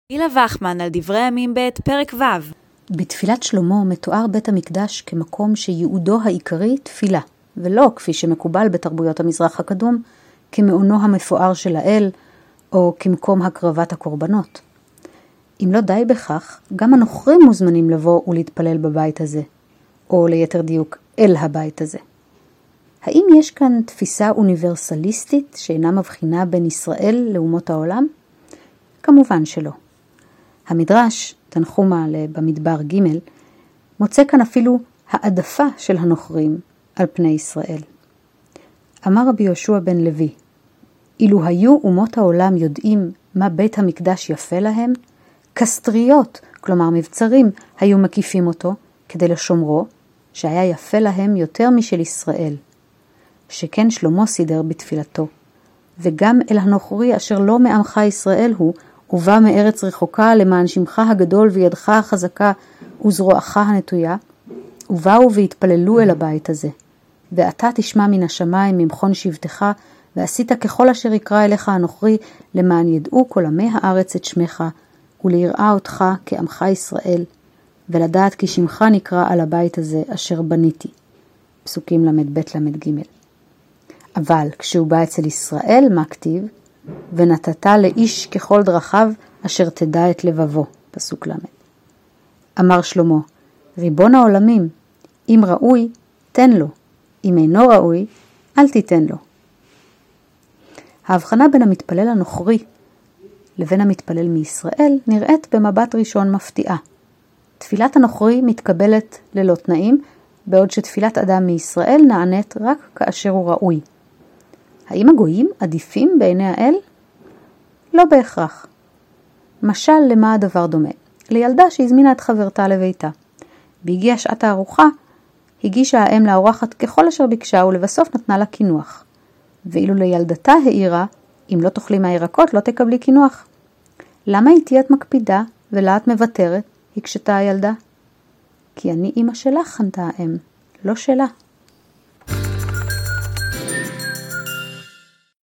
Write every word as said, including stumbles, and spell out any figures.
הילה וחמן על דברי הימים ב' פרק ו'. בתפילת שלמה מתואר בית המקדש כמקום שייעודו העיקרי תפילה, ולא כפי שמקובל בתרבויות המזרח הקדום, כמעונו המפואר של האל, או כמקום הקרבת הקורבנות. אם לא די בכך, גם הנוכרים מוזמנים לבוא ולהתפלל בבית הזה, או ליתר דיוק אל הבית הזה. האם יש כאן תפיסה אוניברסליסטית שאינה מבחינה בין ישראל לאומות העולם? כמובן שלא. המדרש, תנחומה במדבר ג', מוצא כאן אפילו העדפה של הנוכרים על פני ישראל. אמר רבי יהושע בן לוי, אילו היו אומות העולם יודעים מה בית המקדש יפה להם, כסטריות, כלומר מבצרים, היו מקיפים אותו כדי לשומרו, שהיה יפה להם יותר משל ישראל. שכן שלמה סידר בתפילתו, וגם אל הנוכרי אשר לא מעמך ישראל הוא, ובא מארץ רחוקה למען שמך הגדול וידך החזקה וזרועך הנטויה, ובאו והתפללו אל הבית הזה. ואתה תשמע מן השמיים ממכון שבטך, ועשית ככל אשר יקרא אליך הנוכרי, למען ידעו כל עמי הארץ את שמך, וליראה אותך כעמך ישראל, ולדעת כי שמך נקרא על הבית הזה אשר בניתי. פסוקים למד ב' למד ג'. אבל כשהוא בא אצל ישראל, מה כתיב? ונתת לאיש ככל דרכיו אשר תדע את לבבו. פסוק למד. אמר שלמה, ריבון העולמים, אם ראוי, תן לו. אם אינו ראוי, אל תיתן לו. ההבחנה בין המתפלל הנוכרי לבין המתפלל מישראל נראית במבט ראשון מפתיעה. תפילת הנוכרי מתקבלת ללא תנאים, בעוד שתפילת אדם מישראל נענית רק כאשר הוא ראוי. האם הגויים עדיפים בעיני האל? לא בהכרח. משל למה הדבר דומה? לילדה שהזמינה את חברתה לביתה. בהגיעה שעת הארוחה, הגישה האם לאורחת ככל אשר ביקשה ולבסוף נתנה לה כינוח. ואילו לילדתה העירה, אם לא תאכלי מהירקות לא תקבלי כינוח. למה איתי את מקפידה ולה את מוותרת? הקשתה הילדה. כי אני אמא שלך, ענתה האם, לא שלה.